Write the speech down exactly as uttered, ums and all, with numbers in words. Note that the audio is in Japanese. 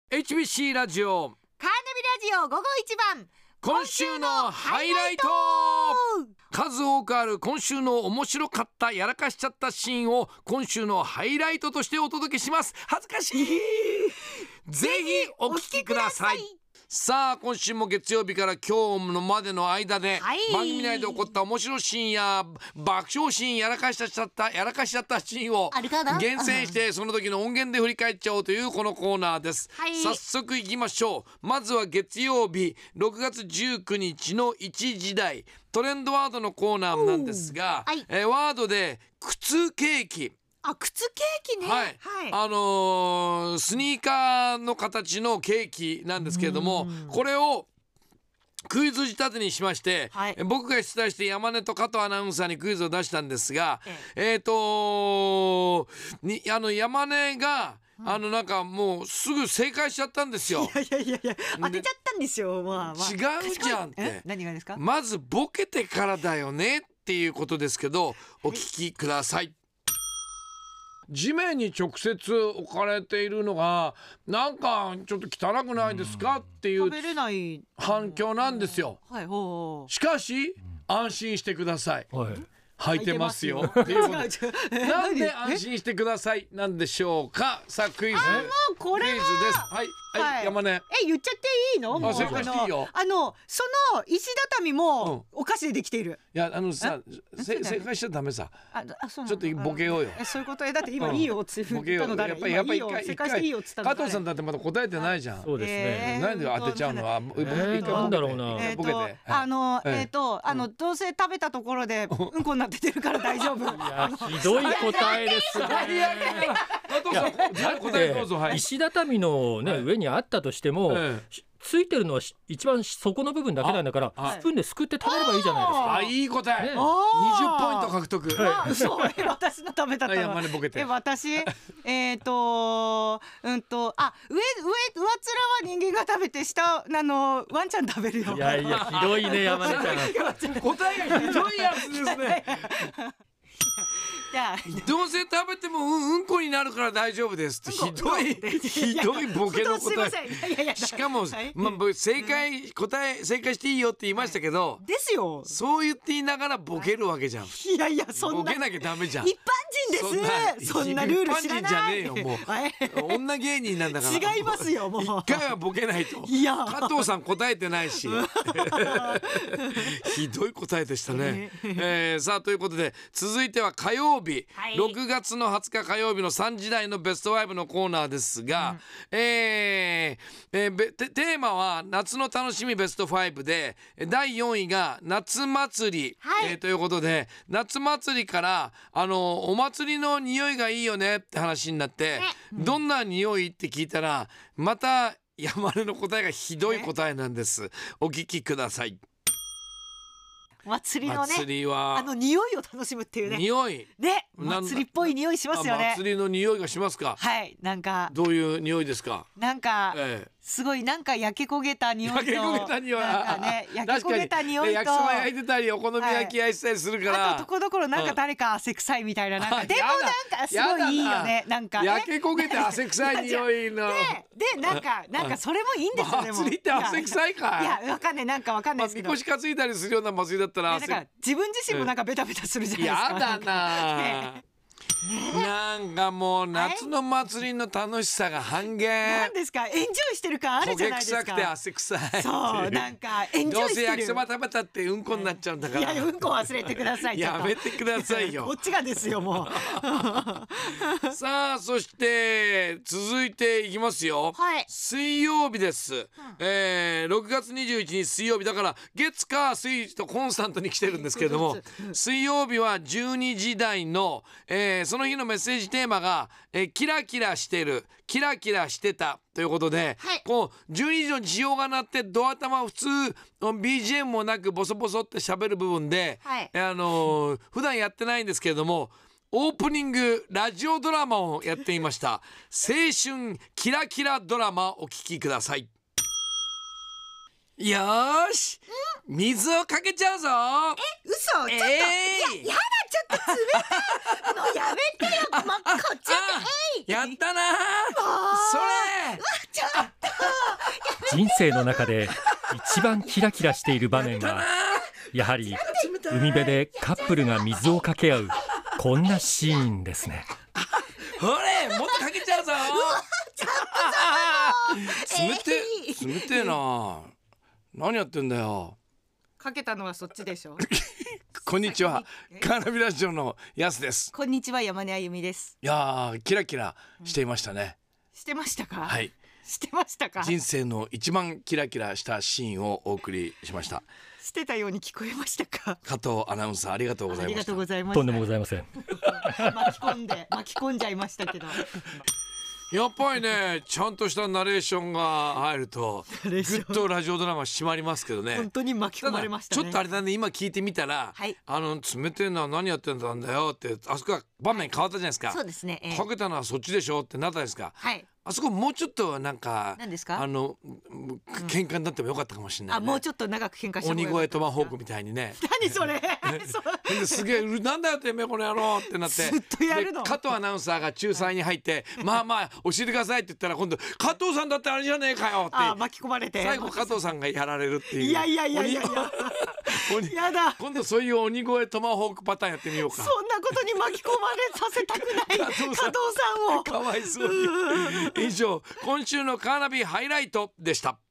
エイチビーシー ラジオカーナビラジオ午後一番今週のハイライト。数多くある今週の面白かったやらかしちゃったシーンを今週のハイライトとしてお届けします。恥ずかしいぜひお聞きください。さあ今週も月曜日から今日のまでの間で、はい、番組内で起こった面白いシーンや爆笑シーンやらかしちゃったやらかしちゃったシーンを厳選してその時の音源で振り返っちゃおうというこのコーナーです、はい、早速いきましょう。まずは月曜日ろくがつじゅうくにちのいちじ台トレンドワードのコーナーなんですが、はい、えー、ワードで靴ケーキ。 あ、靴ケーキね、 はいはい、あのー、スニーカーの形のケーキなんですけれども、これをクイズ仕立てにしまして、はい、僕が出題して山根と加藤アナウンサーにクイズを出したんですが、えっ、ー、とにあの山根があのなんかもうすぐ正解しちゃったんですよ。 いやいやいやいや当てちゃったんですよ。まあまあ、 違うじゃんって。 何がですか。 まずボケてからだよねっていうことですけど、お聞きください。地面に直接置かれているのがなんかちょっと汚くないですかっていう反響なんですよ。しかし安心してください、はい、履いてますよっていうことなんで安心してくださいなんでしょうか。さあクイズ、 あ、もうこれはクイズです。はい、はいはい、山根、え言っちゃっていいの。もう正解していいよ。 あのその石畳もお菓子でできている、 うん、いやあのさ正解しちゃダメさ。ああそうちょっとボケようよ。 えそういうこと。えだって今いいよって言ったの誰。やっぱりやっぱり正解していいよって言ったの誰。加藤さんだってまだ答えてないじゃん。 そうですね。 なんで当てちゃうのは。 えー、なんだろうな。 えっとあのえっとあのどうせ食べたところでうんこになっててるから大丈夫。 いやひどい答えですね。石畳のね上にあったとしても。ついてるのは一番底の部分だけなんだからスプーンですくって食べればいいじゃないですか。 あ、いい答え、ね、にじゅっポイント獲得。 そう私の食べたったの。え私えっとうんとあ上上上面は人間が食べて下あのワンちゃん食べるよ。 いやいやひどいね山根ちゃん。 答えがひどいやつですね。どうせ食べてもうんうんこになるから大丈夫ですってひどいひどいボケの答え。しかも、まあ、正解答え正解していいよって言いましたけど、 ですよ。 そう言って言いながらボケるわけじゃん。いやいやそんなボケなきゃダメじゃん。 一般人です。そんなルール知らない。一般人じゃねえよもう。女芸人なんだから。 違いますよもう。 一回はボケないと。 いや加藤さん答えてないし。ひどい答えでしたね。えー、さあということで続いては火曜日。はい、ろくがつのはつか火曜日のさんじ台のベストごのコーナーですが、うん、えーえー、テーマは夏の楽しみベストごでだいよんいが夏祭り、はい、えー、ということで夏祭りからあのお祭りの匂いがいいよねって話になって、ね、どんな匂いって聞いたらまた山根の答えがひどい答えなんです。お聞きください。 祭りのね、 祭りはあの匂いを楽しむっていうね。 匂いね、祭りっぽい匂いしますよね。 祭りの匂いがしますか。 はい、なんかどういう匂いですか。 なんか、ええ、すごいなんか焼け焦げた匂いと焼け焦げた匂い、 なんかね、焼け焦げた匂いと焼きそば焼いてたりお好み焼き焼いてたりするから、 はい、あととこどころなんか誰か汗臭いみたいな、なんかでもなんかすごいいいよね。なんか、ね、 焼け焦げて汗臭い匂いのでなんかなんかそれもいいんですよ。でも祭りって汗臭いか。 いやわかんないなんかわかんないですけど、 みこし担いだりするような祭りだったら汗、 なんか自分自身もなんかベタベタするじゃないですか。 やだな。ねなんかもう夏の祭りの楽しさが半減。 なんですか、エンジョイしてる感あるじゃないですか。 焦げ臭くて汗臭い。 そうなんかエンジョイしてる。 どうせ焼きそば食べたってうんこになっちゃうんだから。 いやうんこ忘れてください。 やめてくださいよ。 こっちがですよもう。さあそして続いていきますよ。はい、水曜日です。うん、えー、ろくがつにじゅういちにち水曜日だから月火水とコンスタントに来てるんですけれども、水曜日はじゅうにじ台の、えーその日のメッセージテーマが、えー、キラキラしてるキラキラしてたということで、はい、こうじゅうにじの時報が鳴ってドア玉普通 ビージーエム もなくボソボソって喋る部分で、はい、あのー、普段やってないんですけれどもオープニングラジオドラマをやっていました青春キラキラドラマお聞きください。よーし水をかけちゃうぞ。 え、嘘、ちょっと、えー、いや、やだ、ちょっと冷たいもうやめてよ、ま、こっちで、えいやったなーそれうわ、ちょっと人生の中で一番キラキラしている場面はやはり海辺でカップルが水をかけ合うこんなシーンですね。 ほれもっとかけちゃうぞ。冷てえ冷てえな。何やってんだよ。 かけたのはそっちでしょ。 こんにちは、カーナビラジオのやすです。 こんにちは、山根あゆみです。 いやーキラキラしていましたね、 うん、してましたか。 はい、 してましたか。 人生の一番キラキラしたシーンをお送りしました。 してたように聞こえましたか。 加藤アナウンサーありがとうございました。 ありがとうございました。 とんでもございません。 巻き込んで巻き込んじゃいましたけど。 やっぱりねちゃんとしたナレーションが入るとぐっとラジオドラマ締まりますけどね。 本当に巻き込まれましたね。 ちょっとあれだね、今聞いてみたら、はい、あの冷てえのは何やってんだんだよってあそこは場面変わったじゃないですか。 そうですね、えー、 かけたのはそっちでしょってなったですか。 はい、 あそこもうちょっとなんか何ですか、 あの喧嘩になってもよかったかもしれない、ね、 あもうちょっと長く喧嘩した鬼越トマホークみたいにね。 何それすげえなんだよてめえこの野郎ってなってずっとやるの。 加藤アナウンサーが仲裁に入ってまあまあ教えてくださいって言ったら今度加藤さんだってあれじゃねえかよってあ巻き込まれて最後加藤さんがやられるっていう。 いやいやいやいやいややだ。 今度そういう鬼越トマホークパターンやってみようか。 そんなことに巻き込まれさせたくない加藤さんをかわいそうに。以上今週のカーナビハイライトでした。